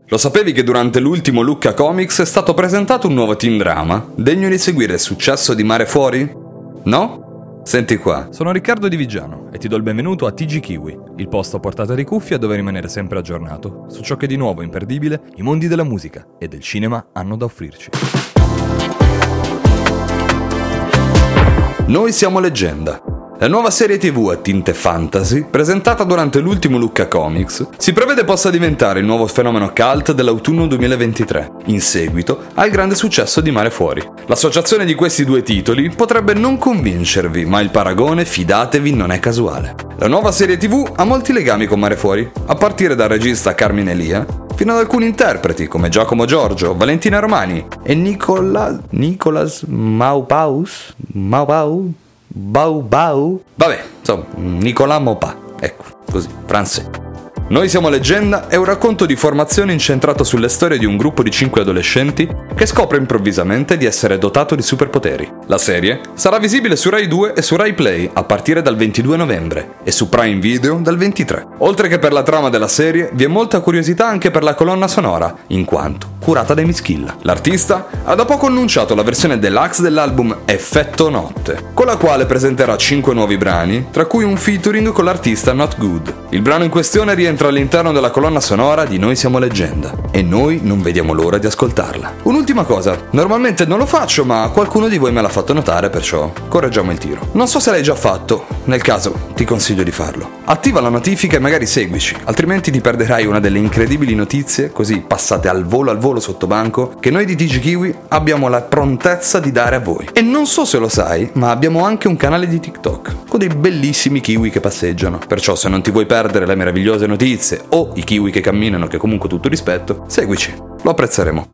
Lo sapevi che durante l'ultimo Lucca Comics è stato presentato un nuovo teen drama, degno di seguire il successo di Mare Fuori? No? Senti qua. Sono Riccardo Di Vigiano e ti do il benvenuto a TG Kiwi, il posto a portata di cuffia dove rimanere sempre aggiornato su ciò che di nuovo e imperdibile i mondi della musica e del cinema hanno da offrirci. Noi siamo Leggenda. La nuova serie TV a tinte fantasy, presentata durante l'ultimo Lucca Comics, si prevede possa diventare il nuovo fenomeno cult dell'autunno 2023, in seguito al grande successo di Mare Fuori. L'associazione di questi due titoli potrebbe non convincervi, ma il paragone, fidatevi, non è casuale. La nuova serie TV ha molti legami con Mare Fuori, a partire dal regista Carmine Elia, fino ad alcuni interpreti come Giacomo Giorgio, Valentina Romani e Nicolas Maupaus? Vabbè, insomma, Nicolas Maupas, ecco, così, francese. Noi siamo Leggenda è un racconto di formazione incentrato sulle storie di un gruppo di 5 adolescenti che scopre improvvisamente di essere dotato di superpoteri. La serie sarà visibile su Rai 2 e su Rai Play a partire dal 22 novembre e su Prime Video dal 23. Oltre che per la trama della serie, vi è molta curiosità anche per la colonna sonora, in quanto curata da Mischilla. L'artista ha da poco annunciato la versione deluxe dell'album Effetto Notte, con la quale presenterà 5 nuovi brani, tra cui un featuring con l'artista Not Good. Il brano in questione rientra all'interno della colonna sonora di Noi siamo Leggenda e noi non vediamo l'ora di ascoltarla. Un'ultima cosa, normalmente non lo faccio, ma qualcuno di voi me l'ha fatto notare, perciò correggiamo il tiro. Non so se l'hai già fatto, nel caso ti consiglio di farlo. Attiva la notifica e magari seguici, altrimenti ti perderai una delle incredibili notizie, così passate al volo sotto banco, che noi di TG Kiwi abbiamo la prontezza di dare a voi. E non so se lo sai, ma abbiamo anche un canale di TikTok con dei bellissimi kiwi che passeggiano. Perciò se non ti vuoi perdere le meravigliose notizie o i kiwi che camminano, che comunque tutto rispetto, seguici, lo apprezzeremo.